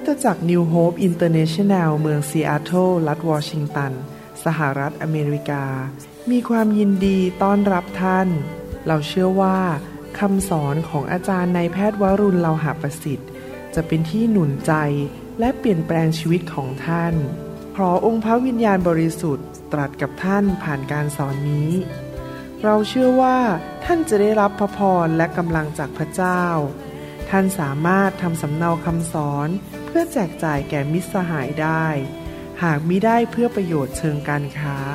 ตจักร New Hope International เมืองซีแอตเทิลรัฐวอชิงตันสหรัฐอเมริกามีความยินดีต้อนรับท่านเราเชื่อว่าคำสอนของอาจารย์นายแพทย์วรุณ เลาหะประสิทธิ์จะเป็นที่หนุนใจและเปลี่ยนแปลงชีวิตของท่านขอองค์พระวิญญาณบริสุทธิ์ตรัสกับท่านผ่านการสอนนี้เราเชื่อว่าท่านจะได้รับพระพรและกำลังจากพระเจ้าท่านสามารถทำสำเนาคำสอนเพื่อแจกจ่ายแก่มิตรสหายได้หากมิได้เพื่อประโยชน์เชิงการค้า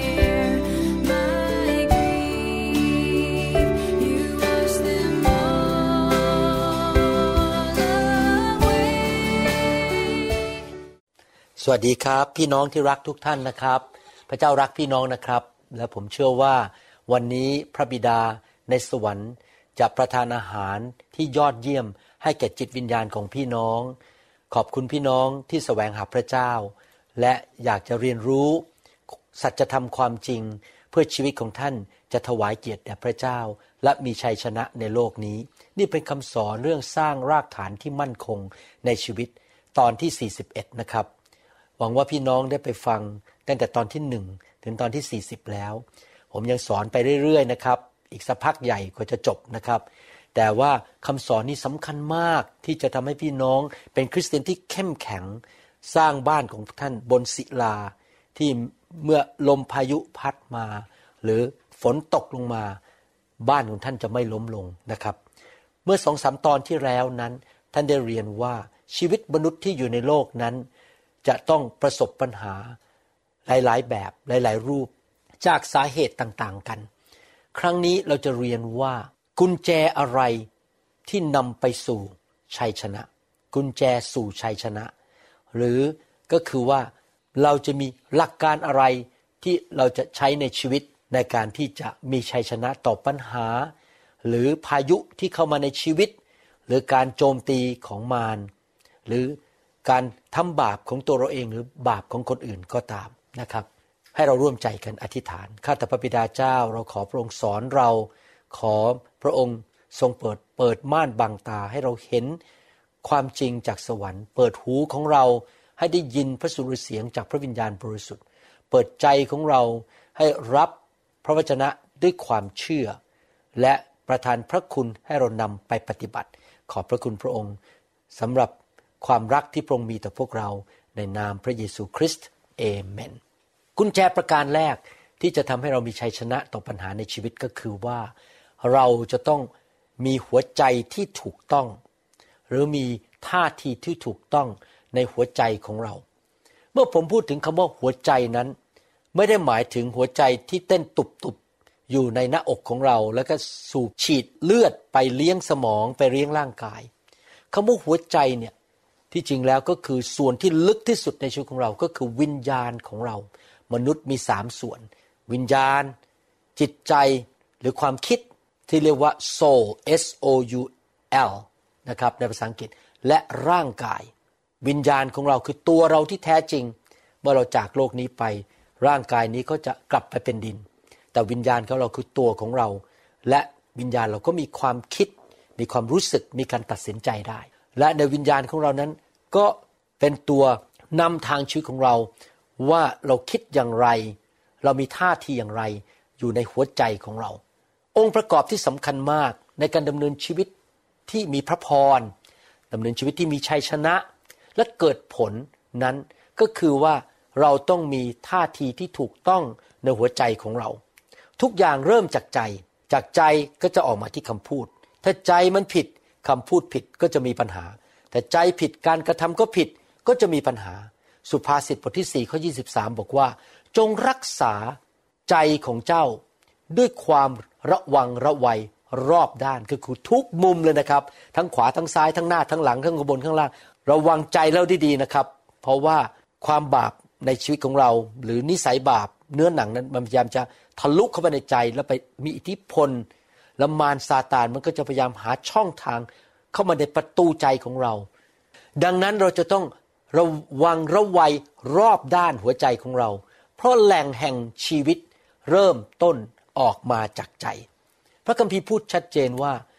สวัสดีครับพี่น้องที่รักทุกท่านนะครับพระเจ้ารักพี่น้องนะครับและผมเชื่อว่าวันนี้พระบิดาในสวรรค์จะประทานอาหารที่ยอดเยี่ยมให้แก่จิตวิญญาณของพี่น้องขอบคุณพี่น้องที่แสวงหาพระเจ้าและอยากจะเรียนรู้สัจธรรมความจริงเพื่อชีวิตของท่านจะถวายเกียรติแด่พระเจ้าและมีชัยชนะในโลกนี้นี่เป็นคำสอนเรื่องสร้างรากฐานที่มั่นคงในชีวิตตอนที่41นะครับหวังว่าพี่น้องได้ไปฟังตั้งแต่ตอนที่1ถึงตอนที่40แล้วผมยังสอนไปเรื่อยๆนะครับอีกสักพักใหญ่กว่าจะจบนะครับแต่ว่าคำสอนนี้สำคัญมากที่จะทำให้พี่น้องเป็นคริสเตียนที่เข้มแข็งสร้างบ้านของท่านบนศิลาที่เมื่อลมพายุพัดมาหรือฝนตกลงมาบ้านของท่านจะไม่ล้มลงนะครับเมื่อ 2-3 ตอนที่แล้วนั้นท่านได้เรียนว่าชีวิตมนุษย์ที่อยู่ในโลกนั้นจะต้องประสบปัญหาหลายๆแบบหลายๆรูปจากสาเหตุต่างๆกันครั้งนี้เราจะเรียนว่ากุญแจอะไรที่นำไปสู่ชัยชนะกุญแจสู่ชัยชนะหรือก็คือว่าเราจะมีหลักการอะไรที่เราจะใช้ในชีวิตในการที่จะมีชัยชนะต่อปัญหาหรือพายุที่เข้ามาในชีวิตหรือการโจมตีของมารหรือการทำบาปของตัวเราเองหรือบาปของคนอื่นก็ตามนะครับให้เราร่วมใจกันอธิษฐานข้าแต่พระบิดาเจ้าเราขอพระองค์สอนเราขอพระองค์ทรงเปิดม่านบังตาให้เราเห็นความจริงจากสวรรค์เปิดหูของเราให้ได้ยินพระสุรเสียงจากพระวิญญาณบริสุทธิ์เปิดใจของเราให้รับพระวจนะด้วยความเชื่อและประทานพระคุณให้เรานำไปปฏิบัติขอบพระคุณพระองค์สำหรับความรักที่พระองค์มีต่อพวกเราในนามพระเยซูคริสต์เอเมนกุญแจประการแรกที่จะทำให้เรามีชัยชนะต่อปัญหาในชีวิตก็คือว่าเราจะต้องมีหัวใจที่ถูกต้องหรือมีท่าทีที่ถูกต้องในหัวใจของเราเมื่อผมพูดถึงคำว่าหัวใจนั้นไม่ได้หมายถึงหัวใจที่เต้นตุบๆอยู่ในหน้าอกของเราแล้วก็สูบฉีดเลือดไปเลี้ยงสมองไปเลี้ยงร่างกายคำว่าหัวใจเนี่ยที่จริงแล้วก็คือส่วนที่ลึกที่สุดในชีวิตของเราก็คือวิญญาณของเรามนุษย์มี3ส่วนวิญญาณจิตใจหรือความคิดที่เรียกว่า soul S O U L นะครับในภาษาอังกฤษและร่างกายวิญญาณของเราคือตัวเราที่แท้จริงเมื่อเราจากโลกนี้ไปร่างกายนี้ก็จะกลับไปเป็นดินแต่วิญญาณของเราคือตัวของเราและวิญญาณเราก็มีความคิดมีความรู้สึกมีการตัดสินใจได้และในวิญญาณของเรานั้นก็เป็นตัวนำทางชีวิตของเราว่าเราคิดอย่างไรเรามีท่าทีอย่างไรอยู่ในหัวใจของเราองค์ประกอบที่สำคัญมากในการดำเนินชีวิตที่มีพระพรดำเนินชีวิตที่มีชัยชนะและเกิดผลนั้นก็คือว่าเราต้องมีท่าทีที่ถูกต้องในหัวใจของเราทุกอย่างเริ่มจากใจจากใจก็จะออกมาที่คำพูดถ้าใจมันผิดคำพูดผิดก็จะมีปัญหาแต่ใจผิดการกระทำก็ผิดก็จะมีปัญหาสุภาษิตบทที่4ข้อ23บอกว่าจงรักษาใจของเจ้าด้วยความระวังระวัยรอบด้านคือทุกมุมเลยนะครับทั้งขวาทั้งซ้ายทั้งหน้าทั้งหลังทั้งข้างบนข้างล่างระวังใจเราดีๆนะครับเพราะว่าความบาปในชีวิตของเราหรือนิสัยบาปเนื้อหนังนั้นมันพยายามจะทะลุเข้าไปในใจแล้วไปมีอิทธิพลและมารซาตานมันก็จะพยายามหาช่องทางเข้ามาในประตูใจของเราดังนั้นเราจะต้องระวังระวัยรอบด้านหัวใจของเราเพราะแหล่งแห่งชีวิตเริ่มต้นออกมาจากใจพระคัมภีร์พูดชัดเจนว่า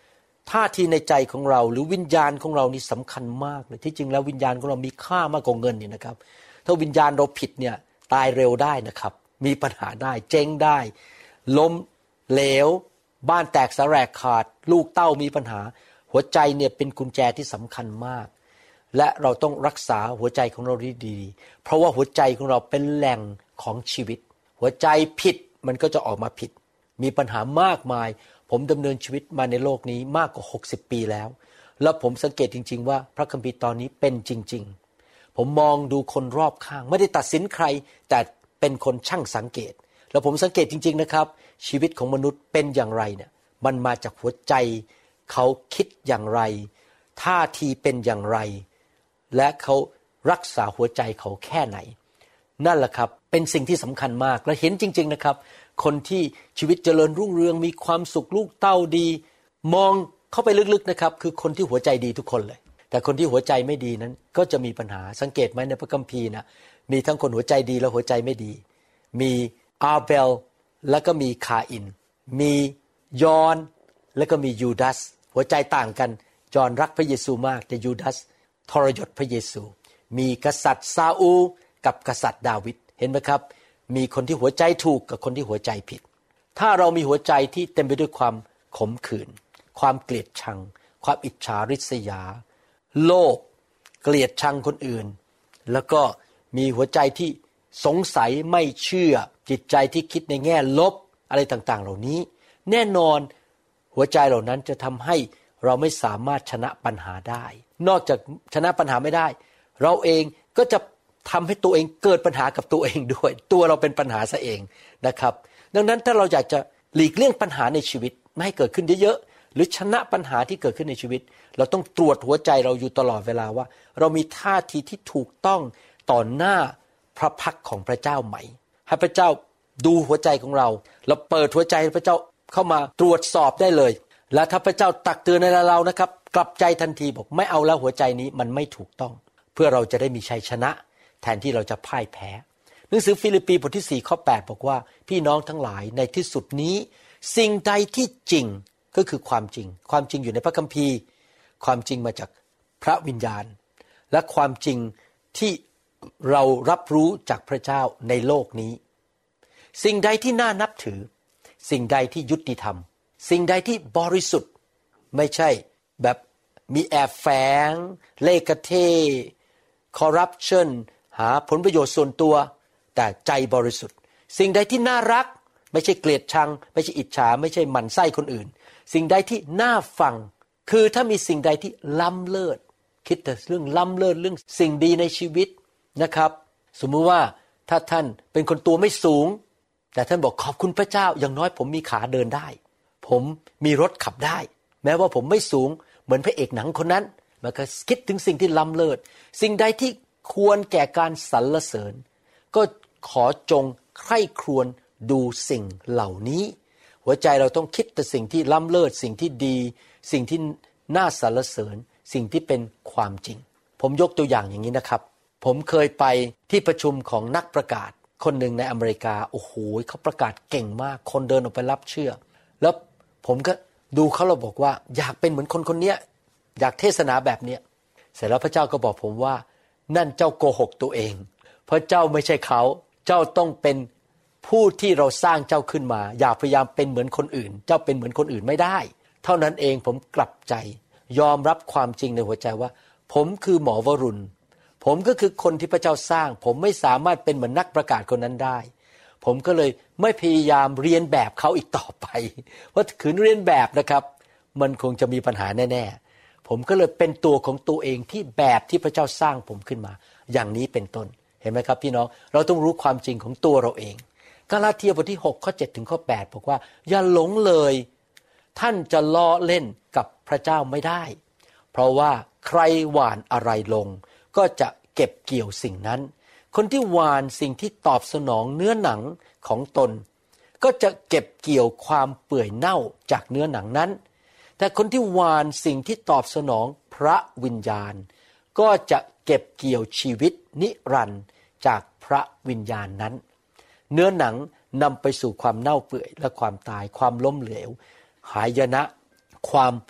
ท่าทีในใจของเราหรือวิญญาณของเรานี่สำคัญมากเลยที่จริงแล้ววิญญาณของเรามีค่ามากกว่าเงินนี่นะครับถ้าวิญญาณเราผิดเนี่ยตายเร็วได้นะครับมีปัญหาได้เจ๊งได้ล้มเหลวบ้านแตกสลายขาดลูกเต้ามีปัญหาหัวใจเนี่ยเป็นกุญแจที่สำคัญมากและเราต้องรักษาหัวใจของเราดีๆเพราะว่าหัวใจของเราเป็นแหล่งของชีวิตหัวใจผิดมันก็จะออกมาผิดมีปัญหามากมายผมดำเนินชีวิตมาในโลกนี้มากกว่า60ปีแล้วผมสังเกตจริงๆว่าพระคัมภีร์ตอนนี้เป็นจริงๆผมมองดูคนรอบข้างไม่ได้ตัดสินใครแต่เป็นคนช่างสังเกตแล้วผมสังเกตจริงๆนะครับชีวิตของมนุษย์เป็นอย่างไรเนี่ยมันมาจากหัวใจเขาคิดอย่างไรท่าทีเป็นอย่างไรและเขารักษาหัวใจเขาแค่ไหนนั่นแหละครับเป็นสิ่งที่สำคัญมากและเห็นจริงๆนะครับคนที่ชีวิตเจริญรุ่งเรืองมีความสุขลูกเต้าดีมองเข้าไปลึกๆนะครับคือคนที่หัวใจดีทุกคนเลยแต่คนที่หัวใจไม่ดีนั้นก็จะมีปัญหาสังเกตไหมในพระคัมภีร์นะมีทั้งคนหัวใจดีและหัวใจไม่ดีมีอาเบลแล้วก็มีคาอินมียอห์นแล้วก็มียูดาสหัวใจต่างกันยอห์นรักพระเยซูมากแต่ยูดาสทรยศพระเยซูมีกษัตริย์ซาอูลกับกษัตริย์ดาวิดเห็นไหมครับมีคนที่หัวใจถูกกับคนที่หัวใจผิดถ้าเรามีหัวใจที่เต็มไปด้วยความขมขื่นความเกลียดชังความอิจฉาริษยาโลภเกลียดชังคนอื่นแล้วก็มีหัวใจที่สงสัยไม่เชื่อจิตใจที่คิดในแง่ลบอะไรต่างๆเหล่านี้แน่นอนหัวใจเหล่านั้นจะทำให้เราไม่สามารถชนะปัญหาได้นอกจากชนะปัญหาไม่ได้เราเองก็จะทำให้ตัวเองเกิดปัญหากับตัวเองด้วยตัวเราเป็นปัญหาซะเองนะครับดังนั้นถ้าเราอยากจะหลีกเลี่ยงปัญหาในชีวิตไม่ให้เกิดขึ้นเยอะๆหรือชนะปัญหาที่เกิดขึ้นในชีวิตเราต้องตรวจหัวใจเราอยู่ตลอดเวลาว่าเรามีท่าทีที่ถูกต้องต่อหน้าพระพักของพระเจ้าไหมให้พระเจ้าดูหัวใจของเราเปิดหัวใจให้พระเจ้าเข้ามาตรวจสอบได้เลยและถ้าพระเจ้าตักเตือนในเรานะครับกลับใจทันทีบอกไม่เอาแล้วหัวใจนี้มันไม่ถูกต้องเพื่อเราจะได้มีชัยชนะแทนที่เราจะพ่ายแพ้หนังสือฟิลิปปีบทที่4ข้อ8บอกว่าพี่น้องทั้งหลายในที่สุดนี้สิ่งใดที่จริงก็คือความจริงความจริงอยู่ในพระคัมภีร์ความจริงมาจากพระวิญญาณและความจริงที่เรารับรู้จากพระเจ้าในโลกนี้สิ่งใดที่น่านับถือสิ่งใดที่ยุติธรรมสิ่งใดที่บริสุทธิ์ไม่ใช่แบบมีแอบแฝงเล่ห์กระเทคอร์รัปชันหาผลประโยชน์ส่วนตัวแต่ใจบริสุทธิ์สิ่งใดที่น่ารักไม่ใช่เกลียดชังไม่ใช่อิจฉาไม่ใช่หมั่นไส้คนอื่นสิ่งใดที่น่าฟังคือถ้ามีสิ่งใดที่ล้ำเลิศคิดแต่เรื่องล้ำเลิศเรื่องสิ่งดีในชีวิตนะครับสมมุติว่าถ้าท่านเป็นคนตัวไม่สูงแต่ท่านบอกขอบคุณพระเจ้าอย่างน้อยผมมีขาเดินได้ผมมีรถขับได้แม้ว่าผมไม่สูงเหมือนพระเอกหนังคนนั้นมันก็คิดถึงสิ่งที่ล้ำเลิศสิ่งใดที่ควรแก่การสรรเสริญก็ขอจงใคร่ครวญดูสิ่งเหล่านี้หัวใจเราต้องคิดแต่สิ่งที่ล้ำเลิศสิ่งที่ดีสิ่งที่น่าสรรเสริญสิ่งที่เป็นความจริงผมยกตัวอย่างอย่างนี้นะครับผมเคยไปที่ประชุมของนักประกาศคนหนึ่งในอเมริกาโอ้โหเขาประกาศเก่งมากคนเดินออกไปรับเชื่อแล้วผมก็ดูเขาเราบอกว่าอยากเป็นเหมือนคนคนนี้อยากเทศนาแบบเนี้ยเสร็จแล้วพระเจ้าก็บอกผมว่านั่นเจ้าโกหกตัวเองเพราะเจ้าไม่ใช่เขาเจ้าต้องเป็นผู้ที่เราสร้างเจ้าขึ้นมาอย่าพยายามเป็นเหมือนคนอื่นเจ้าเป็นเหมือนคนอื่นไม่ได้เท่านั้นเองผมกลับใจยอมรับความจริงในหัวใจว่าผมคือหมอวรุณผมก็คือคนที่พระเจ้าสร้างผมไม่สามารถเป็นเหมือนนักประกาศคนนั้นได้ผมก็เลยไม่พยายามเรียนแบบเขาอีกต่อไปเพราะขืนเรียนแบบนะครับมันคงจะมีปัญหาแน่ๆผมก็เลยเป็นตัวของตัวเองที่แบบที่พระเจ้าสร้างผมขึ้นมาอย่างนี้เป็นต้นเห็นไหมครับพี่น้องเราต้องรู้ความจริงของตัวเราเองกาลาเทียบทที่6ข้อ7ถึงข้อ8บอกว่าอย่าหลงเลยท่านจะล้อเล่นกับพระเจ้าไม่ได้เพราะว่าใครหว่านอะไรลงก็จะเก็บเกี่ยวสิ่งนั้นคนที่หว่านสิ่งที่ตอบสนองเนื้อหนังของตนก็จะเก็บเกี่ยวความเปื่อยเน่าจากเนื้อหนังนั้นแต่คนที่หว่านสิ่งที่ตอบสนองพระวิญญาณก็จะเก็บเกี่ยวชีวิตนิรันดร์จากพระวิญญาณนั้นเนื้อหนังนำไปสู่ความเน่าเปื่อยและความตายความล้มเหลวหายนะความ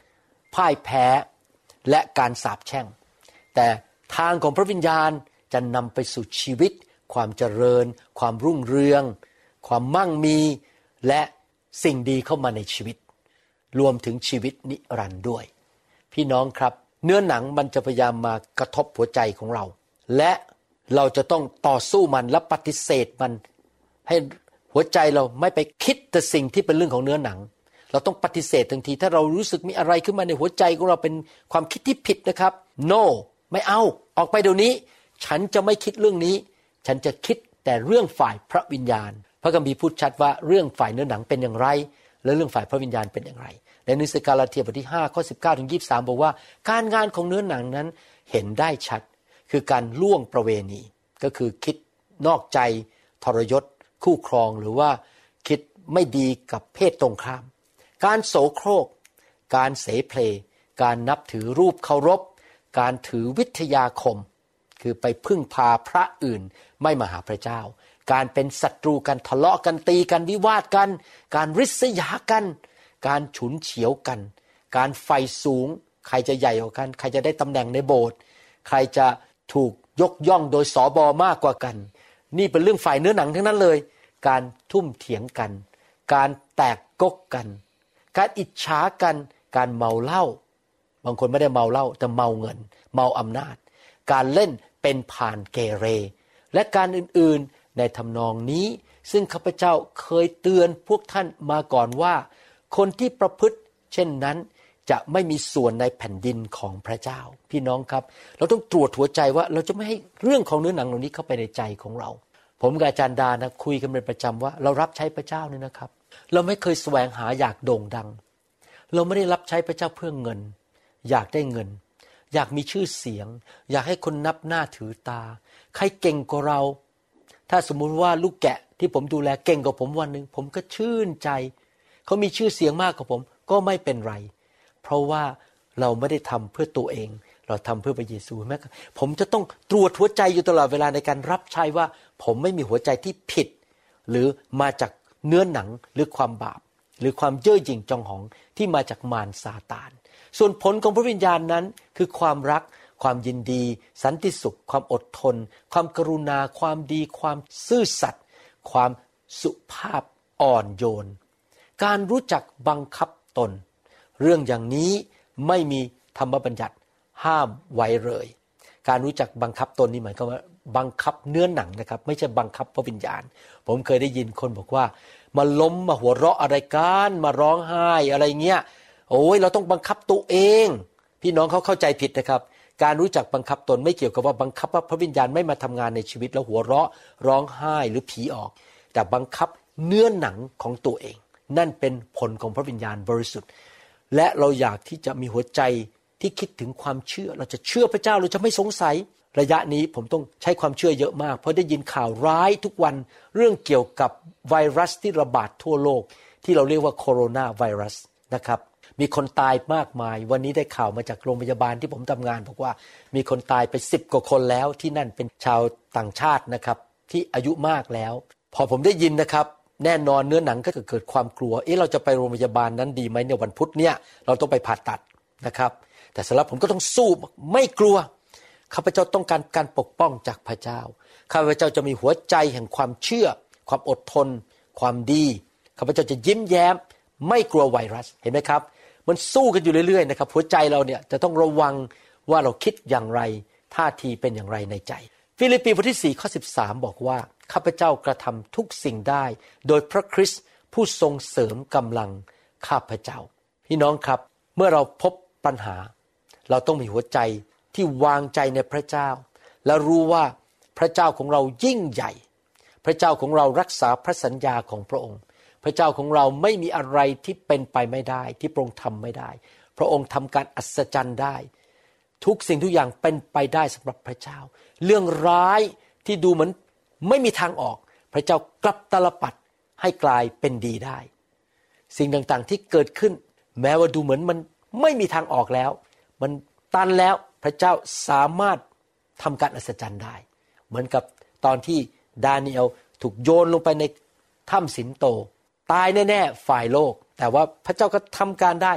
พ่ายแพ้และการสาปแช่งแต่ทางของพระวิญญาณจะนำไปสู่ชีวิตความเจริญความรุ่งเรืองความมั่งมีและสิ่งดีเข้ามาในชีวิตรวมถึงชีวิตนิรันดร์ด้วยพี่น้องครับเนื้อหนังมันจะพยายามมากระทบหัวใจของเราและเราจะต้องต่อสู้มันและปฏิเสธมันให้หัวใจเราไม่ไปคิดแต่สิ่งที่เป็นเรื่องของเนื้อหนังเราต้องปฏิเสธทันทีถ้าเรารู้สึกมีอะไรขึ้นมาในหัวใจของเราเป็นความคิดที่ผิดนะครับ no ไม่เอาออกไปเดี๋ยวนี้ฉันจะไม่คิดเรื่องนี้ฉันจะคิดแต่เรื่องฝ่ายพระวิญญาณพระคัมภีร์พูดชัดว่าเรื่องฝ่ายเนื้อหนังเป็นอย่างไรและเรื่องฝ่ายพระวิญญาณเป็นอย่างไรในหนังสือกาลาเทียบทที่5ข้อ19ถึง23บอกว่าการงานของเนื้อหนังนั้นเห็นได้ชัดคือการล่วงประเวณีก็คือคิดนอกใจทรยศคู่ครองหรือว่าคิดไม่ดีกับเพศตรงข้ามการโสโครกการเสเพลการนับถือรูปเคารพการถือวิทยาคมคือไปพึ่งพาพระอื่นไม่มาหาพระเจ้าการเป็นศัตรูกันทะเลาะกันตีกันวิวาทกันการริษยากันการฉุนเฉียวกันการไฟสูงใครจะใหญ่กว่ากันใครจะได้ตำแหน่งในโบสถ์ใครจะถูกยกย่องโดยสบมากกว่ากันนี่เป็นเรื่องฝ่ายเนื้อหนังทั้งนั้นเลยการทุ่มเถียงกันการแตกกกกันการอิจฉากันการเมาเหล้าบางคนไม่ได้เมาเหล้าแต่เมาเงินเมาอำนาจการเล่นเป็นผ่านเกเรและการอื่นๆในทำนองนี้ซึ่งข้าพเจ้าเคยเตือนพวกท่านมาก่อนว่าคนที่ประพฤติเช่นนั้นจะไม่มีส่วนในแผ่นดินของพระเจ้าพี่น้องครับเราต้องตรวจหัวใจว่าเราจะไม่ให้เรื่องของเนื้อหนังเหล่านี้เข้าไปในใจของเราผมกับอาจารย์ดานะคุยกันเป็นประจำว่าเรารับใช้พระเจ้าเนี่ยนะครับเราไม่เคยแสวงหาอยากโด่งดังเราไม่ได้รับใช้พระเจ้าเพื่อเงินอยากได้เงินอยากมีชื่อเสียงอยากให้คนนับหน้าถือตาใครเก่งกว่าเราถ้าสมมุติว่าลูกแกะที่ผมดูแลเก่งกว่าผมวันนึงผมก็ชื่นใจเขามีชื่อเสียงมากกว่าผมก็ไม่เป็นไรเพราะว่าเราไม่ได้ทำเพื่อตัวเองเราทำเพื่อพระเยซูแม้ผมจะต้องตรวจหัวใจอยู่ตลอดเวลาในการรับใช้ว่าผมไม่มีหัวใจที่ผิดหรือมาจากเนื้อหนังหรือความบาปหรือความเย่อหยิ่งจองหองที่มาจากมารซาตานส่วนผลของพระวิญญาณนั้นคือความรักความยินดีสันติสุขความอดทนความกรุณาความดีความซื่อสัตย์ความสุภาพอ่อนโยนการรู้จักบังคับตนเรื่องอย่างนี้ไม่มีธรรมบัญญัติห้ามไว้เลยการรู้จักบังคับตนนี่หมายความว่าบังคับเนื้อหนังนะครับไม่ใช่บังคับพระวิญญาณผมเคยได้ยินคนบอกว่ามาล้มมาหัวเราะอะไรกันมาร้องไห้อะไรเงี้ยโอ้ยเราต้องบังคับตัวเองพี่น้องเขาเข้าใจผิดนะครับการรู้จักบังคับตนไม่เกี่ยวกับว่าบังคับว่าพระวิญญาณไม่มาทำงานในชีวิตแล้วหัวเราะร้องไห้หรือผีออกแต่บังคับเนื้อหนังของตัวเองนั่นเป็นผลของพระวิญญาณบริสุทธิ์และเราอยากที่จะมีหัวใจที่คิดถึงความเชื่อเราจะเชื่อพระเจ้าเราจะไม่สงสัยระยะนี้ผมต้องใช้ความเชื่อเยอะมากเพราะได้ยินข่าวร้ายทุกวันเรื่องเกี่ยวกับไวรัสที่ระบาดทั่วโลกที่เราเรียกว่าโคโรนาไวรัสนะครับมีคนตายมากมายวันนี้ได้ข่าวมาจากโรงพยาบาลที่ผมทำงานบอกว่ามีคนตายไป10 กว่าคนแล้วที่นั่นเป็นชาวต่างชาตินะครับที่อายุมากแล้วพอผมได้ยินนะครับแน่นอนเนื้อหนังก็เกิดความกลัวเราจะไปโรงพยาบาลนั้นดีไหมในวันพุธเนี่ยเราต้องไปผ่าตัดนะครับแต่สำหรับผมก็ต้องสู้ไม่กลัวข้าพเจ้าต้องการปกป้องจากพระเจ้าข้าพเจ้าจะมีหัวใจแห่งความเชื่อความอดทนความดีข้าพเจ้าจะยิ้มแย้มไม่กลัวไวรัสเห็นไหมครับมันสู้กันอยู่เรื่อยๆนะครับหัวใจเราเนี่ยจะต้องระวังว่าเราคิดอย่างไรท่าทีเป็นอย่างไรในใจฟิลิปปีบทที่4ข้อ13บอกว่าข้าพเจ้ากระทำทุกสิ่งได้โดยพระคริสต์ผู้ทรงเสริมกำลังข้าพเจ้าพี่น้องครับเมื่อเราพบปัญหาเราต้องมีหัวใจที่วางใจในพระเจ้าและรู้ว่าพระเจ้าของเรายิ่งใหญ่พระเจ้าของเรารักษาพระสัญญาของพระองค์พระเจ้าของเราไม่มีอะไรที่เป็นไปไม่ได้ที่พระองค์ทำไม่ได้พระองค์ทำการอัศจรรย์ได้ทุกสิ่งทุกอย่างเป็นไปได้สำหรับพระเจ้าเรื่องร้ายที่ดูเหมือนไม่มีทางออกพระเจ้ากลับตาลปัดให้กลายเป็นดีได้สิ่งต่างๆที่เกิดขึ้นแม้ว่าดูเหมือนมันไม่มีทางออกแล้วมันตันแล้วพระเจ้าสามารถทำการอัศจรรย์ได้เหมือนกับตอนที่ดาเนียลถูกโยนลงไปในถ้ำสิงโตตายแน่ๆฝ่ายโลกแต่ว่าพระเจ้าก็ทำการได้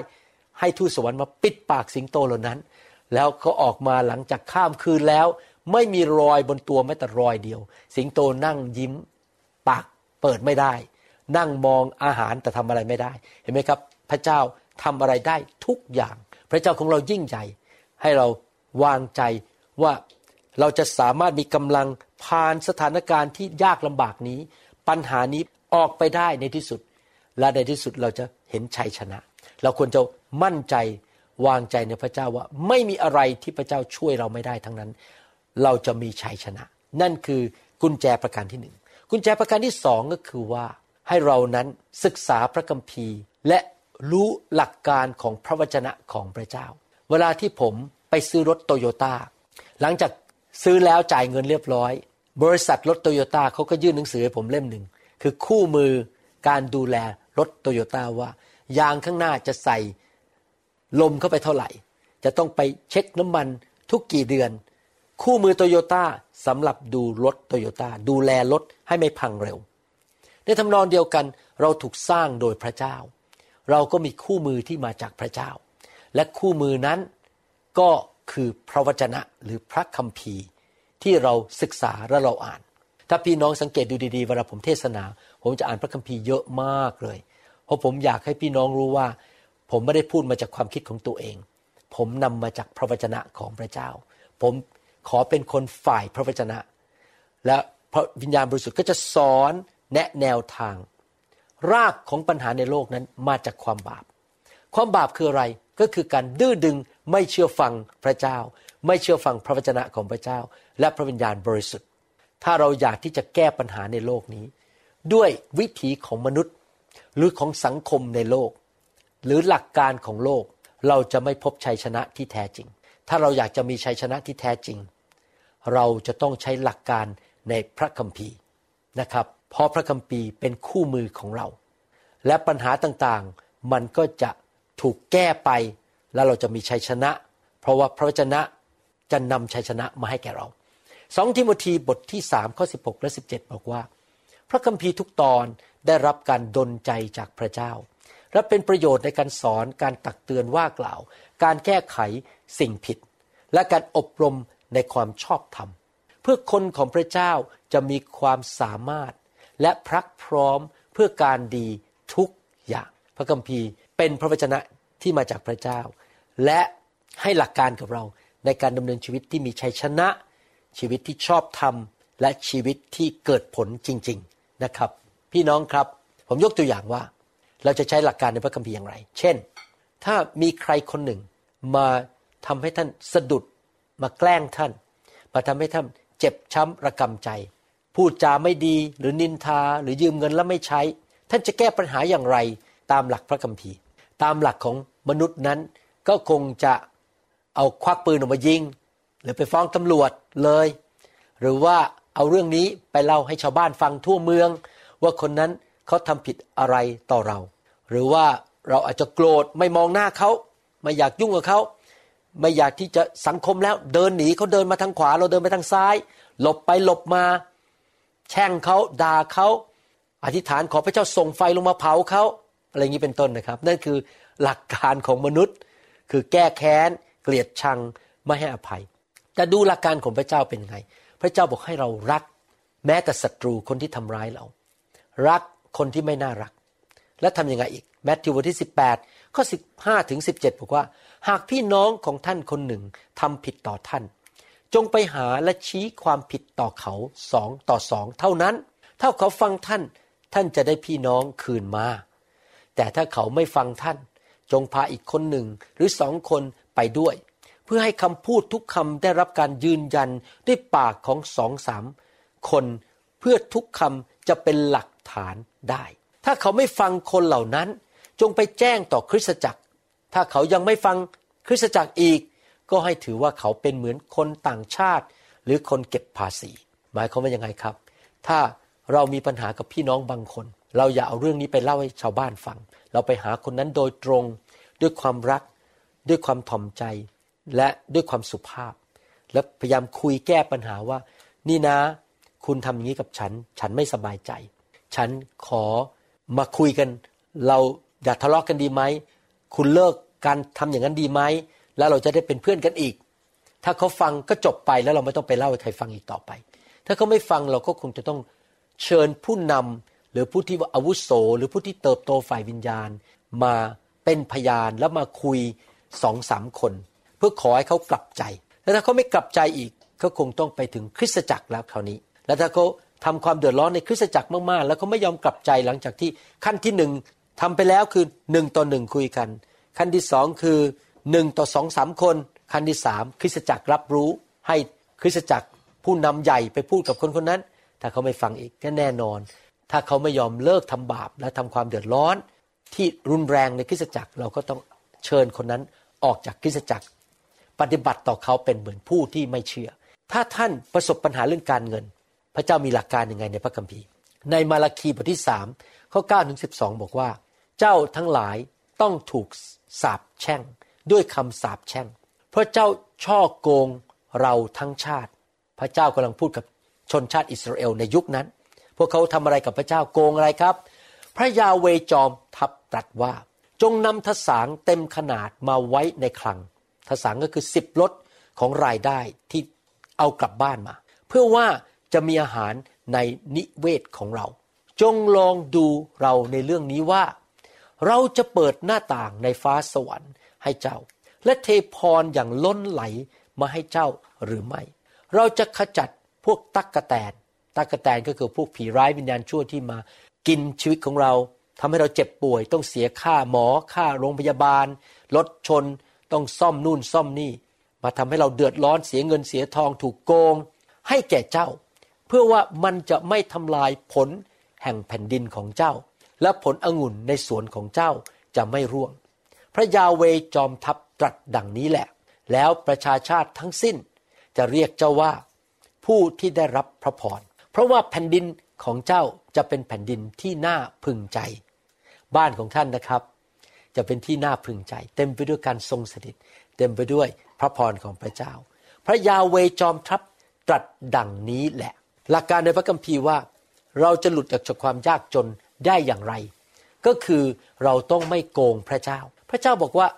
ให้ทูตสวรรค์มาปิดปากสิงโตเหล่านั้นแล้วเขาออกมาหลังจากข้ามคืนแล้วไม่มีรอยบนตัวแม้แต่รอยเดียวสิงโตนั่งยิ้มปากเปิดไม่ได้นั่งมองอาหารแต่ทำอะไรไม่ได้เห็นไหมครับพระเจ้าทำอะไรได้ทุกอย่างพระเจ้าของเรายิ่งใหญ่ให้เราวางใจว่าเราจะสามารถมีกำลังผ่านสถานการณ์ที่ยากลำบากนี้ปัญหานี้ออกไปได้ในที่สุดและในที่สุดเราจะเห็นชัยชนะเราควรจะมั่นใจวางใจในพระเจ้าว่าไม่มีอะไรที่พระเจ้าช่วยเราไม่ได้ทั้งนั้นเราจะมีชัยชนะนั่นคือกุญแจประการที่หนึ่งกุญแจประการที่สองก็คือว่าให้เรานั้นศึกษาพระคัมภีร์และรู้หลักการของพระวจนะของพระเจ้าเวลาที่ผมไปซื้อรถโตโยต้าหลังจากซื้อแล้วจ่ายเงินเรียบร้อยบริษัทรถโตโยต้าเขาก็ยื่นหนังสือให้ผมเล่มหนึ่งคือคู่มือการดูแลรถโตโยต้าว่ายางข้างหน้าจะใส่ลมเข้าไปเท่าไหร่จะต้องไปเช็คน้ำมันทุกกี่เดือนคู่มือโตโยต้าสำหรับดูรถโตโยต้าดูแลรถให้ไม่พังเร็วในทำนองเดียวกันเราถูกสร้างโดยพระเจ้าเราก็มีคู่มือที่มาจากพระเจ้าและคู่มือนั้นก็คือพระวจนะหรือพระคัมภีร์ที่เราศึกษาและเราอ่านถ้าพี่น้องสังเกตดูดีๆเวลาผมเทศนาผมจะอ่านพระคัมภีร์เยอะมากเลยเพราะผมอยากให้พี่น้องรู้ว่าผมไม่ได้พูดมาจากความคิดของตัวเองผมนำมาจากพระวจนะของพระเจ้าผมขอเป็นคนฝ่ายพระวจนะและพระวิญญาณบริสุทธิ์ก็จะสอนแนะแนวทางรากของปัญหาในโลกนั้นมาจากความบาปความบาปคืออะไรก็คือการดื้อดึงไม่เชื่อฟังพระเจ้าไม่เชื่อฟังพระวจนะของพระเจ้าและพระวิญญาณบริสุทธิ์ถ้าเราอยากที่จะแก้ปัญหาในโลกนี้ด้วยวิถีของมนุษย์หรือของสังคมในโลกหรือหลักการของโลกเราจะไม่พบชัยชนะที่แท้จริงถ้าเราอยากจะมีชัยชนะที่แท้จริงเราจะต้องใช้หลักการในพระคัมภีร์นะครับเพราะพระคัมภีร์เป็นคู่มือของเราและปัญหาต่างๆมันก็จะถูกแก้ไปแล้วเราจะมีชัยชนะเพราะว่าพระวจนะจะนำชัยชนะมาให้แก่เรา2ทิโมธีบทที่3ข้อ16และ17บอกว่าพระคัมภีร์ทุกตอนได้รับการดลใจจากพระเจ้าและเป็นประโยชน์ในการสอนการตักเตือนว่ากล่าวการแก้ไขสิ่งผิดและการอบรมในความชอบธรรมเพื่อคนของพระเจ้าจะมีความสามารถและพรักพร้อมเพื่อการดีทุกอย่างพระคัมภีร์เป็นพระวจนะที่มาจากพระเจ้าและให้หลักการกับเราในการดำเนินชีวิตที่มีชัยชนะชีวิตที่ชอบธรรมและชีวิตที่เกิดผลจริงๆนะครับพี่น้องครับผมยกตัวอย่างว่าเราจะใช้หลักการในพระคัมภีร์อย่างไรเช่นถ้ามีใครคนหนึ่งมาทำให้ท่านสะดุดมาแกล้งท่านมาทำให้ท่านเจ็บช้ำระกำใจพูดจาไม่ดีหรือนินทาหรือยืมเงินแล้วไม่ใช้ท่านจะแก้ปัญหาอย่างไรตามหลักพระคัมภีร์ตามหลักของมนุษย์นั้นก็คงจะเอาควักปืนออกมายิงหรือไปฟ้องตำรวจเลยหรือว่าเอาเรื่องนี้ไปเล่าให้ชาวบ้านฟังทั่วเมืองว่าคนนั้นเขาทำผิดอะไรต่อเราหรือว่าเราอาจจะโกรธไม่มองหน้าเขาไม่อยากยุ่งกับเขาไม่อยากที่จะสังคมแล้วเดินหนีเขาเดินมาทางขวาเราเดินไปทางซ้ายหลบไปหลบมาแช่งเขาด่าเขาอธิษฐานขอพระเจ้าส่งไฟลงมาเผาเขาอะไรอย่างนี้เป็นต้นนะครับนั่นคือหลักการของมนุษย์คือแก้แค้นเกลียดชังไม่ให้อภัยแต่ดูหลักการของพระเจ้าเป็นไงพระเจ้าบอกให้เรารักแม้แต่ศัตรูคนที่ทำร้ายเรารักคนที่ไม่น่ารักและทำยังไงอีกมัทธิวบทที่18ข้อ15ถึง17บอกว่าหากพี่น้องของท่านคนหนึ่งทำผิดต่อท่านจงไปหาและชี้ความผิดต่อเขา2 ต่อ 2เท่านั้นถ้าเขาฟังท่านท่านจะได้พี่น้องคืนมาแต่ถ้าเขาไม่ฟังท่านจงพาอีกคนหนึ่งหรือ2 คนไปด้วยเพื่อให้คำพูดทุกคำได้รับการยืนยันด้วยปากของ2-3 คนเพื่อทุกคำจะเป็นหลักฐานได้ถ้าเขาไม่ฟังคนเหล่านั้นจงไปแจ้งต่อคริสตจักรถ้าเขายังไม่ฟังคริสตจักรอีกก็ให้ถือว่าเขาเป็นเหมือนคนต่างชาติหรือคนเก็บภาษีหมายความว่ายังไงครับถ้าเรามีปัญหากับพี่น้องบางคนเราอย่าเอาเรื่องนี้ไปเล่าให้ชาวบ้านฟังเราไปหาคนนั้นโดยตรงด้วยความรักด้วยความถ่อมใจและด้วยความสุภาพและพยายามคุยแก้ปัญหาว่านี่นะคุณทำอย่างนี้กับฉันไม่สบายใจฉันขอมาคุยกันเราอย่าทะเลาะกันดีไหมคุณเลิกการทำอย่างนั้นดีไหมแล้วเราจะได้เป็นเพื่อนกันอีกถ้าเขาฟังก็จบไปแล้วเราไม่ต้องไปเล่าให้ใครฟังอีกต่อไปถ้าเขาไม่ฟังเราก็คงจะต้องเชิญผู้นำหรือผู้ที่ว่าอาวุโสหรือผู้ที่เติบโตฝ่ายวิญญาณมาเป็นพยานแล้วมาคุย 2-3 คนเพื่อขอให้เขากลับใจแล้วถ้าเขาไม่กลับใจอีกก็คงต้องไปถึงคริสตจักรแล้วคราวนี้แล้วถ้าเขาทำความเดือดร้อนในคริสตจักรมากๆแล้วเขาไม่ยอมกลับใจหลังจากที่ขั้นที่1ทำไปแล้วคือ1 ต่อ 1คุยกันขั้นที่2คือ1 ต่อ 2-3 คนขั้นที่3คริสตจักรรับรู้ให้คริสตจักรผู้นำใหญ่ไปพูดกับคนคนนั้นถ้าเขาไม่ฟังอีกก็แน่นอนถ้าเขาไม่ยอมเลิกทำบาปและทำความเดือดร้อนที่รุนแรงในคริสตจักรเราก็ต้องเชิญคนนั้นออกจากคริสตจักรปฏิบัติต่อเขาเป็นเหมือนผู้ที่ไม่เชื่อถ้าท่านประสบปัญหาเรื่องการเงินพระเจ้ามีหลักการยังไงในพระคัมภีร์ในมาระคีบทที่3ข้อ9ถึง12บอกว่าเจ้าทั้งหลายต้องถูกสาปแช่งด้วยคำสาปแช่งเพราะเจ้าช่อโกงเราทั้งชาติพระเจ้ากำลังพูดกับชนชาติอิสราเอลในยุคนั้นพวกเขาทำอะไรกับพระเจ้าโกงอะไรครับพระยาเวห์จอมทัพตรัสว่าจงนำทสางเต็มขนาดมาไว้ในคลังทสางก็คือ10 ลดของรายได้ที่เอากลับบ้านมาเพื่อว่าจะมีอาหารในนิเวศของเราจงลองดูเราในเรื่องนี้ว่าเราจะเปิดหน้าต่างในฟ้าสวรรค์ให้เจ้าและเทพรอย่างล้นไหลมาให้เจ้าหรือไม่เราจะขจัดพวกตั๊กแตนก็คือพวกผีร้ายวิญญาณชั่วที่มากินชีวิตของเราทำให้เราเจ็บป่วยต้องเสียค่าหมอค่าโรงพยาบาลรถชนต้องซ่อมนู่นซ่อมนี่มาทำให้เราเดือดร้อนเสียเงินเสียทองถูกโกงให้แก่เจ้าเพื่อว่ามันจะไม่ทำลายผลแห่งแผ่นดินของเจ้าและผลองุ่นในสวนของเจ้าจะไม่ร่วงพระยาเวห์จอมทัพตรัสดังนี้แหละแล้วประชาชาติทั้งสิ้นจะเรียกเจ้าว่าผู้ที่ได้รับพระพรเพราะว่าแผ่นดินของเจ้าจะเป็นแผ่นดินที่น่าพึงใจบ้านของท่านนะครับจะเป็นที่น่าพึงใจเต็มไปด้วยการทรงสถิตเต็มไปด้วยพระพรของพระเจ้าพระยาเวห์จอมทัพตรัสดังนี้แหละหลักการในพระคัมภีร์ว่าเราจะหลุดจากความยากจนได้อย่างไรก็คือเราต้องไม่โกงพระเจ้าพระเจ้าบอกว่า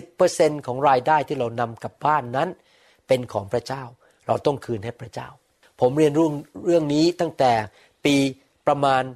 10% ของรายได้ที่เรานำกลับบ้านนั้นเป็นของพระเจ้าเราต้องคืนให้พระเจ้าผมเรียนรู้เรื่องนี้ตั้งแต่ปีประมาณ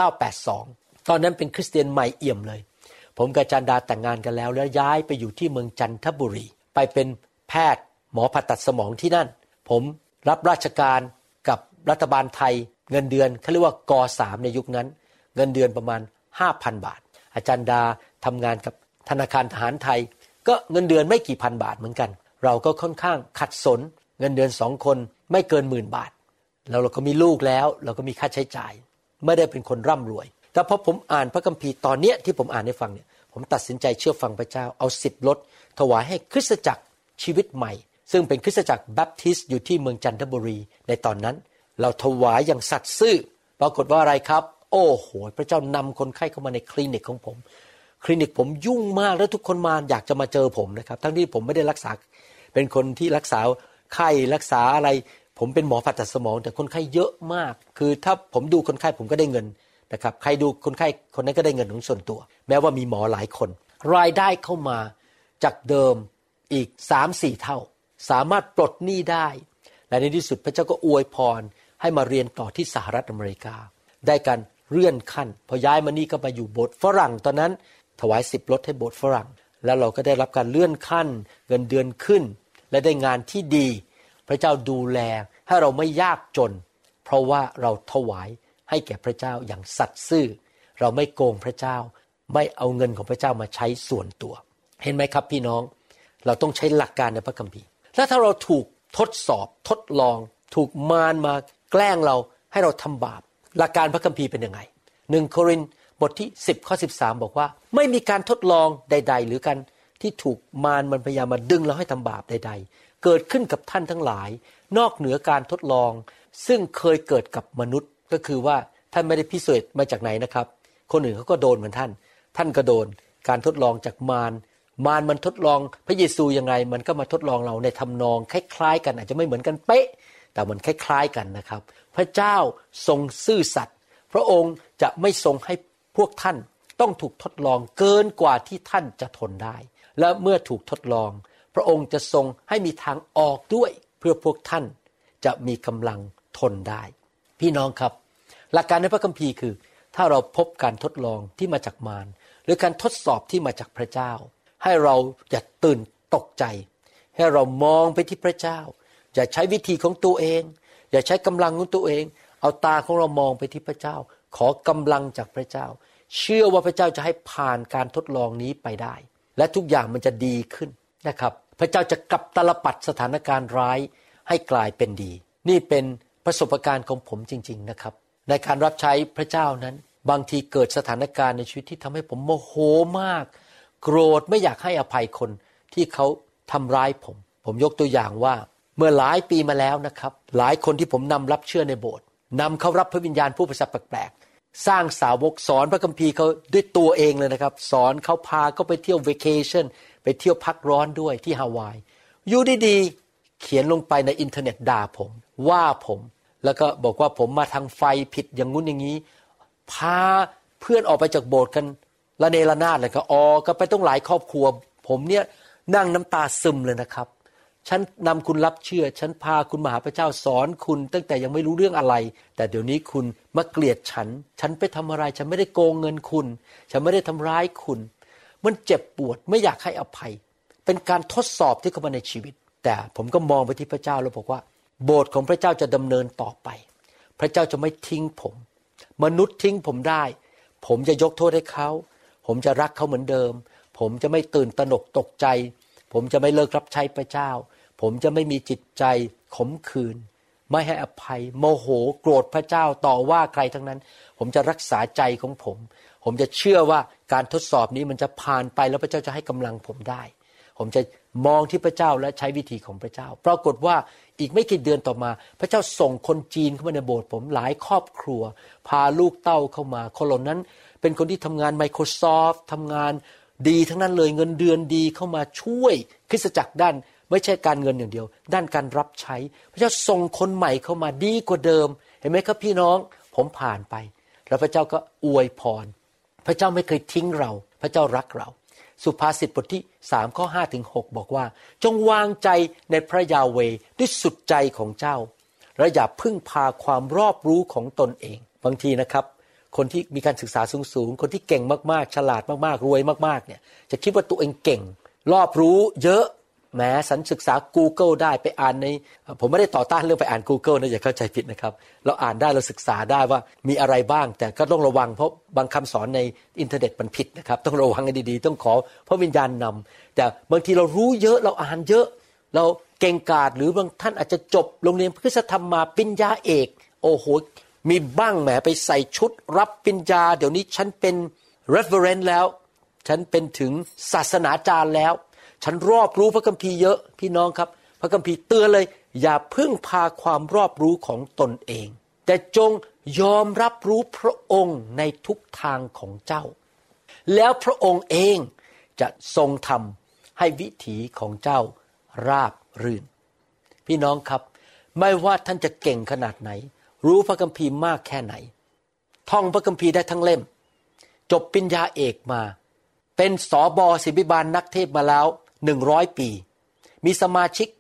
1982ตอนนั้นเป็นคริสเตียนใหม่เอี่ยมเลยผมกับจันดาแต่งงานกันแล้วย้ายไปอยู่ที่เมืองจันทบุรีไปเป็นแพทย์หมอผ่าตัดสมองที่นั่นผมรับราชการกับรัฐบาลไทยเงินเดือนเขาเรียกว่าก.3 ในยุคนั้นเงินเดือนประมาณ 5,000 บาทอาจารย์ดาทำงานกับธนาคารทหารไทยก็เงินเดือนไม่กี่พันบาทเหมือนกันเราก็ค่อนข้างขัดสนเงินเดือน2 คนไม่เกิน10,000 บาทแล้วเราก็มีลูกแล้วเราก็มีค่าใช้จ่ายไม่ได้เป็นคนร่ำรวยแต่พอผมอ่านพระคัมภีร์ตอนเนี้ยที่ผมอ่านให้ฟังเนี่ยผมตัดสินใจเชื่อฟังพระเจ้าเอา10 ลดถวายให้คริสตจักรชีวิตใหม่ซึ่งเป็นคริสตจักรแบปทิสต์อยู่ที่เมืองจันทบุรีในตอนนั้นเราถวายอย่างสัตย์ซื่อปรากฏว่าอะไรครับโอ้โหพระเจ้านำคนไข้เข้ามาในคลินิกของผมคลินิกผมยุ่งมากแล้วทุกคนมาอยากจะมาเจอผมนะครับทั้งที่ผมไม่ได้รักษาเป็นคนที่รักษาไข้รักษาอะไรผมเป็นหมอผ่าตัดสมองแต่คนไข้เยอะมากคือถ้าผมดูคนไข้ผมก็ได้เงินนะครับใครดูคนไข้คนนั้นก็ได้เงินของส่วนตัวแม้ว่ามีหมอหลายคนรายได้เข้ามาจากเดิมอีก 3-4 เท่าสามารถปลดหนี้ได้และในที่สุดพระเจ้าก็อวยพรให้มาเรียนต่อที่สหรัฐอเมริกาได้การเลื่อนขั้นพอย้ายมานี่ก็มาอยู่โบสถ์ฝรั่งตอนนั้นถวาย10 ลดให้โบสถ์ฝรั่งแล้วเราก็ได้รับการเลื่อนขั้นเงินเดือนขึ้นและได้งานที่ดีพระเจ้าดูแลให้เราไม่ยากจนเพราะว่าเราถวายให้แก่พระเจ้าอย่างสัตย์ซื่อเราไม่โกงพระเจ้าไม่เอาเงินของพระเจ้ามาใช้ส่วนตัวเห็นไหมครับพี่น้องเราต้องใช้หลักการในพระคัมภีร์แล้วถ้าเราถูกทดสอบทดลองถูกมารมาแกล้งเราให้เราทำบาปหลักการพระคัมภีร์เป็นยังไง1 โครินธ์บทที่10ข้อ13บอกว่าไม่มีการทดลองใดๆหรือการที่ถูกมารมันพยายามมาดึงเราให้ทำบาปใดๆเกิดขึ้นกับท่านทั้งหลายนอกเหนือการทดลองซึ่งเคยเกิดกับมนุษย์ก็คือว่าท่านไม่ได้พิสูจน์มาจากไหนนะครับคนอื่นเขาก็โดนเหมือนท่านก็โดนการทดลองจากมารมันทดลองพระเยซูยังไงมันก็มาทดลองเราในทำนองคล้ายๆกันอาจจะไม่เหมือนกันเป๊ะแต่มันคล้ายๆกันนะครับพระเจ้าทรงซื่อสัตย์พระองค์จะไม่ทรงให้พวกท่านต้องถูกทดลองเกินกว่าที่ท่านจะทนได้และเมื่อถูกทดลองพระองค์จะทรงให้มีทางออกด้วยเพื่อพวกท่านจะมีกำลังทนได้พี่น้องครับหลักการในพระคัมภีร์คือถ้าเราพบการทดลองที่มาจากมารหรือการทดสอบที่มาจากพระเจ้าให้เราอย่าตื่นตกใจให้เรามองไปที่พระเจ้าอย่าใช้วิธีของตัวเองอย่าใช้กำลังของตัวเองเอาตาของเรามองไปที่พระเจ้าขอกำลังจากพระเจ้าเชื่อว่าพระเจ้าจะให้ผ่านการทดลองนี้ไปได้และทุกอย่างมันจะดีขึ้นนะครับพระเจ้าจะกลับตลปัดสถานการณ์ร้ายให้กลายเป็นดีนี่เป็นประสบการณ์ของผมจริงๆนะครับในการรับใช้พระเจ้านั้นบางทีเกิดสถานการณ์ในชีวิตที่ทำให้ผมโมโหมากโกรธไม่อยากให้อภัยคนที่เขาทำร้ายผมยกตัวอย่างว่าเมื่อหลายปีมาแล้วนะครับหลายคนที่ผมนำรับเชื่อในโบสถ์นำเขารับพระวิญญาณผู้ประเสริฐแปลกๆสร้างสาวกสอนพระคัมภีร์เขาด้วยตัวเองเลยนะครับสอนเขาพาเขาไปเที่ยวเวเคชั่นไปเที่ยวพักร้อนด้วยที่ฮาวายอยู่ดีๆเขียนลงไปในอินเทอร์เน็ตด่าผมว่าผมแล้วก็บอกว่าผมมาทางไฟผิดอย่างงู้นอย่างนี้พาเพื่อนออกไปจากโบสถ์กันละเนระนาดเลยก็ออกกันไปต้องหลายครอบครัวผมเนี่ยนั่งน้ำตาซึมเลยนะครับฉันนำคุณรับเชื่อฉันพาคุณมาหาพระเจ้าสอนคุณตั้งแต่ยังไม่รู้เรื่องอะไรแต่เดี๋ยวนี้คุณมาเกลียดฉันไปทำอะไรฉันไม่ได้โกงเงินคุณฉันไม่ได้ทำร้ายคุณมันเจ็บปวดไม่อยากให้อภัยเป็นการทดสอบที่เข้ามาในชีวิตแต่ผมก็มองไปที่พระเจ้าแล้วบอกว่าโบสถ์ของพระเจ้าจะดำเนินต่อไปพระเจ้าจะไม่ทิ้งผมมนุษย์ทิ้งผมได้ผมจะยกโทษให้เขาผมจะรักเขาเหมือนเดิมผมจะไม่ตื่นตระหนกตกใจผมจะไม่เลิกรับใช้พระเจ้าผมจะไม่มีจิตใจขมขื่นไม่ให้อภัยโมโหโกรธพระเจ้าต่อว่าใครทั้งนั้นผมจะรักษาใจของผมจะเชื่อว่าการทดสอบนี้มันจะผ่านไปแล้วพระเจ้าจะให้กำลังผมได้ผมจะมองที่พระเจ้าและใช้วิธีของพระเจ้าปรากฏว่าอีกไม่กี่เดือนต่อมาพระเจ้าส่งคนจีนเข้ามาในโบสถ์ผมหลายครอบครัวพาลูกเต้าเข้ามาคนเหล่านั้นเป็นคนที่ทำงาน Microsoft ทำงานดีทั้งนั้นเลยเงินเดือนดีเข้ามาช่วยคริสตจักรด้านไม่ใช่การเงินอย่างเดียวด้านการรับใช้พระเจ้าส่งคนใหม่เข้ามาดีกว่าเดิมเห็นไหมครับพี่น้องผมผ่านไปแล้วพระเจ้าก็อวยพรพระเจ้าไม่เคยทิ้งเราพระเจ้ารักเราสุภาษิตบทที่3ข้อ5ถึง6บอกว่าจงวางใจในพระยาเวห์ด้วยสุดใจของเจ้าและอย่าพึ่งพาความรอบรู้ของตนเองบางทีนะครับคนที่มีการศึกษาสูงๆคนที่เก่งมากๆฉลาดมากๆรวยมากๆเนี่ยจะคิดว่าตัวเองเก่งรอบรู้เยอะแม้สันศึกษา Google ได้ไปอ่านในผมไม่ได้ต่อต้านเรื่องไปอ่าน Google นะอย่าเข้าใจผิดนะครับเราอ่านได้เราศึกษาได้ว่ามีอะไรบ้างแต่ก็ต้องระวังเพราะบางคำสอนในอินเทอร์เน็ตมันผิดนะครับต้องระวังให้ดีๆต้องขอพระวิญญาณนำแต่บางทีเรารู้เยอะเราอ่านเยอะเราเก่งกาจหรือบางท่านอาจจะจบโรงเรียนคริสตธรรมมาปริญญาเอกโอ้โหมีบ้างแหมไปใส่ชุดรับปริญญาเดี๋ยวนี้ฉันเป็น reverend แล้วฉันเป็นถึงศาสนาจารย์แล้วฉันรอบรู้พระคัมภีร์เยอะพี่น้องครับพระคัมภีร์เตือนเลยอย่าพึ่งพาความรอบรู้ของตนเองแต่จงยอมรับรู้พระองค์ในทุกทางของเจ้าแล้วพระองค์เองจะทรงทำให้วิถีของเจ้าราบรื่นพี่น้องครับไม่ว่าท่านจะเก่งขนาดไหนรู้พระคัมภีร์มากแค่ไหนท่องพระคัมภีร์ได้ทั้งเล่มจบปริญญาเอกมาเป็นสบศิบิบาลนักเทศมาแล้ว100ปีมีสมาชิก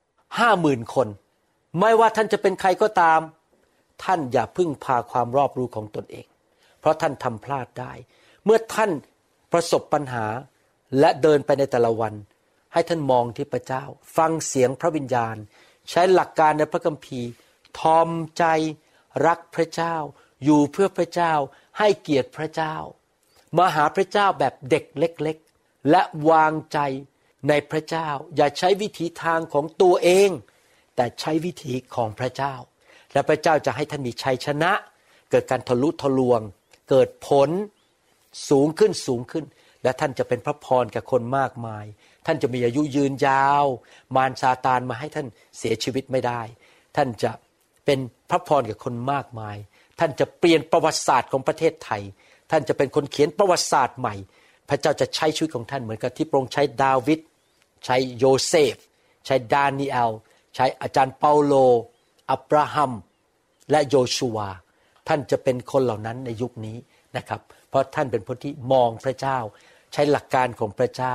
50,000 คนไม่ว่าท่านจะเป็นใครก็ตามท่านอย่าพึ่งพาความรอบรู้ของตนเองเพราะท่านทำพลาดได้เมื่อท่านประสบปัญหาและเดินไปในแต่ละวันให้ท่านมองที่พระเจ้าฟังเสียงพระวิญญาณใช้หลักการในพระคัมภีร์ทอมใจรักพระเจ้าอยู่เพื่อพระเจ้าให้เกียรติพระเจ้ามาหาพระเจ้าแบบเด็กเล็กๆและวางใจในพระเจ้าอย่าใช้วิถีทางของตัวเองแต่ใช้วิถีของพระเจ้าและพระเจ้าจะให้ท่านมีชัยชนะเกิดการทะลุทะลวงเกิดผลสูงขึ้นและท่านจะเป็นพระพรแก่คนมากมายท่านจะมีอายุยืนยาวมารซาตานมาให้ท่านเสียชีวิตไม่ได้ท่านจะเป็นพระพรแก่คนมากมายท่านจะเปลี่ยนประวัติศาสตร์ของประเทศไทยท่านจะเป็นคนเขียนประวัติศาสตร์ใหม่พระเจ้าจะใช้ชีวิตของท่านเหมือนกับที่พระองค์ใช้ดาวิดใช้โยเซฟใช้ดานีเอลใช้อาจารย์เปาโลอับราฮัมและโยชูวาท่านจะเป็นคนเหล่านั้นในยุคนี้นะครับเพราะท่านเป็นคนที่มองพระเจ้าใช้หลักการของพระเจ้า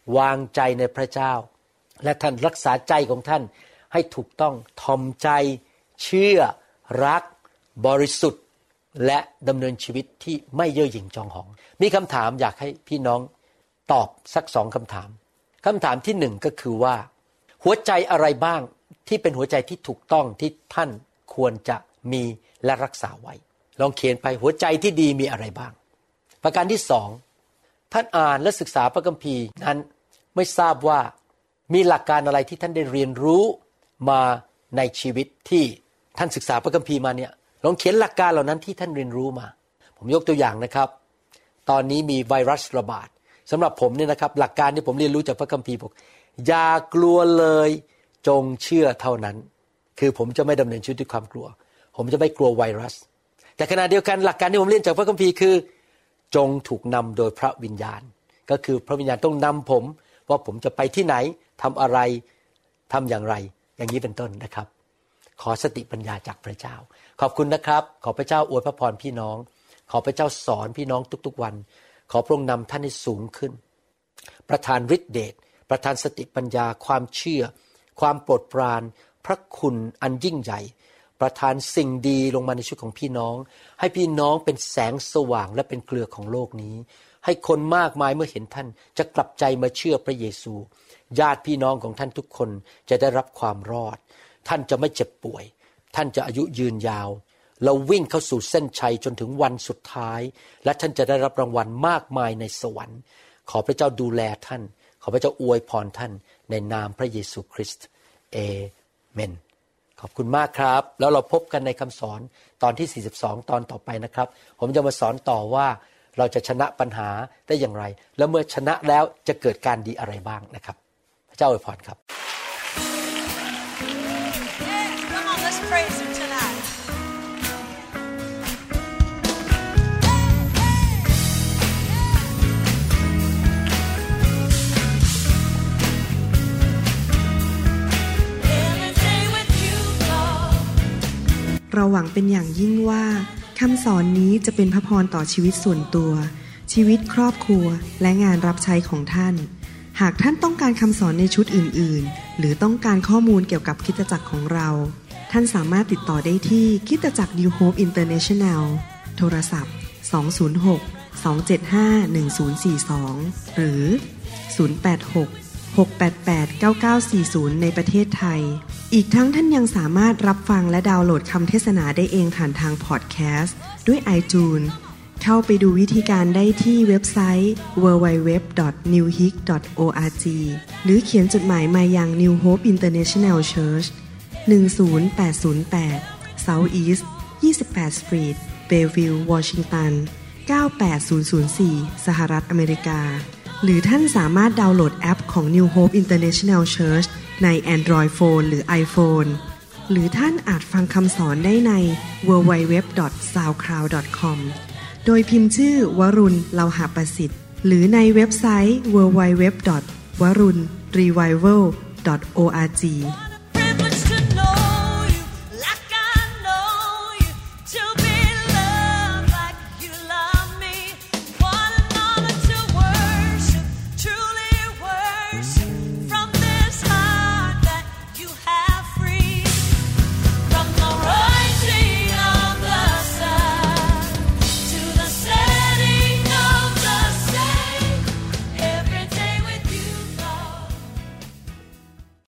วางใจในพระเจ้าและท่านรักษาใจของท่านให้ถูกต้องทอมใจเชื่อรักบริสุทธิ์และดำเนินชีวิตที่ไม่เย่อหยิ่งจองหองมีคำถามอยากให้พี่น้องตอบสัก2คำถามคำถามที่1ก็คือว่าหัวใจอะไรบ้างที่เป็นหัวใจที่ถูกต้องที่ท่านควรจะมีและรักษาไว้ลองเขียนไปหัวใจที่ดีมีอะไรบ้างประการที่2ท่านอ่านและศึกษาพระคัมภีร์นั้นไม่ทราบว่ามีหลักการอะไรที่ท่านได้เรียนรู้มาในชีวิตที่ท่านศึกษาพระคัมภีร์มาเนี่ยลองเขียนหลักการเหล่านั้นที่ท่านเรียนรู้มาผมยกตัวอย่างนะครับตอนนี้มีไวรัสระบาดสำหรับผมเนี่ยนะครับหลักการที่ผมเรียนรู้จากพระคัมภีร์บอกอย่ากลัวเลยจงเชื่อเท่านั้นคือผมจะไม่ดำเนินชีวิตด้วยความกลัวผมจะไม่กลัวไวรัสแต่ขณะเดียวกันหลักการที่ผมเรียนจากพระคัมภีร์คือจงถูกนำโดยพระวิญญาณก็คือพระวิญญาณต้องนำผมว่าผมจะไปที่ไหนทำอะไรทำอย่างไรอย่างนี้เป็นต้นนะครับขอสติปัญญาจากพระเจ้าขอบคุณนะครับขอพระเจ้าอวยพระพรพี่น้องขอพระเจ้าสอนพี่น้องทุกๆวันขอพระองค์นำท่านให้สูงขึ้นประทานฤทธิเดชประทานสติปัญญาความเชื่อความโปรดปรานพระคุณอันยิ่งใหญ่ประทานสิ่งดีลงมาในชีวิตของพี่น้องให้พี่น้องเป็นแสงสว่างและเป็นเกลือของโลกนี้ให้คนมากมายเมื่อเห็นท่านจะกลับใจมาเชื่อพระเยซูญาติพี่น้องของท่านทุกคนจะได้รับความรอดท่านจะไม่เจ็บป่วยท่านจะอายุยืนยาวเราวิ่งเข้าสู่เส้นชัยจนถึงวันสุดท้ายและท่านจะได้รับรางวัลมากมายในสวรรค์ขอพระเจ้าดูแลท่านขอพระเจ้าอวยพรท่านในนามพระเยซูคริสต์เอเมนขอบคุณมากครับแล้วเราพบกันในคำสอนตอนที่42ตอนต่อไปนะครับผมจะมาสอนต่อว่าเราจะชนะปัญหาได้อย่างไรแล้วเมื่อชนะแล้วจะเกิดการดีอะไรบ้างนะครับพระเจ้าอวยพรครับ Come on, let's praise him tonight. เราหวังเป็นอย่างยิ่งว่าคำสอนนี้จะเป็นพระพรต่อชีวิตส่วนตัวชีวิตครอบครัวและงานรับใช้ของท่านหากท่านต้องการคำสอนในชุดอื่นๆหรือต้องการข้อมูลเกี่ยวกับคริสตจักรของเราท่านสามารถติดต่อได้ที่คริสตจักร New Hope International โทรศัพท์206-275-1042หรือ086-688-9940ในประเทศไทยอีกทั้งท่านยังสามารถรับฟังและดาวน์โหลดคำเทศนาได้เองผ่านทางพอดแคสต์ด้วย iTunes เข้าไปดูวิธีการได้ที่เว็บไซต์ www.newhope.org หรือเขียนจดหมายมายัง New Hope International Church 10808 South East 28 Street Bellevue Washington 98004 สหรัฐอเมริกาหรือท่านสามารถดาวน์โหลดแอปของ New Hope International Church ใน Android Phone หรือ iPhone หรือท่านอาจฟังคำสอนได้ใน www.soundcloud.com โดยพิมพ์ชื่อวรุณ เลาหะประสิทธิ์หรือในเว็บไซต์ www.warunrevival.org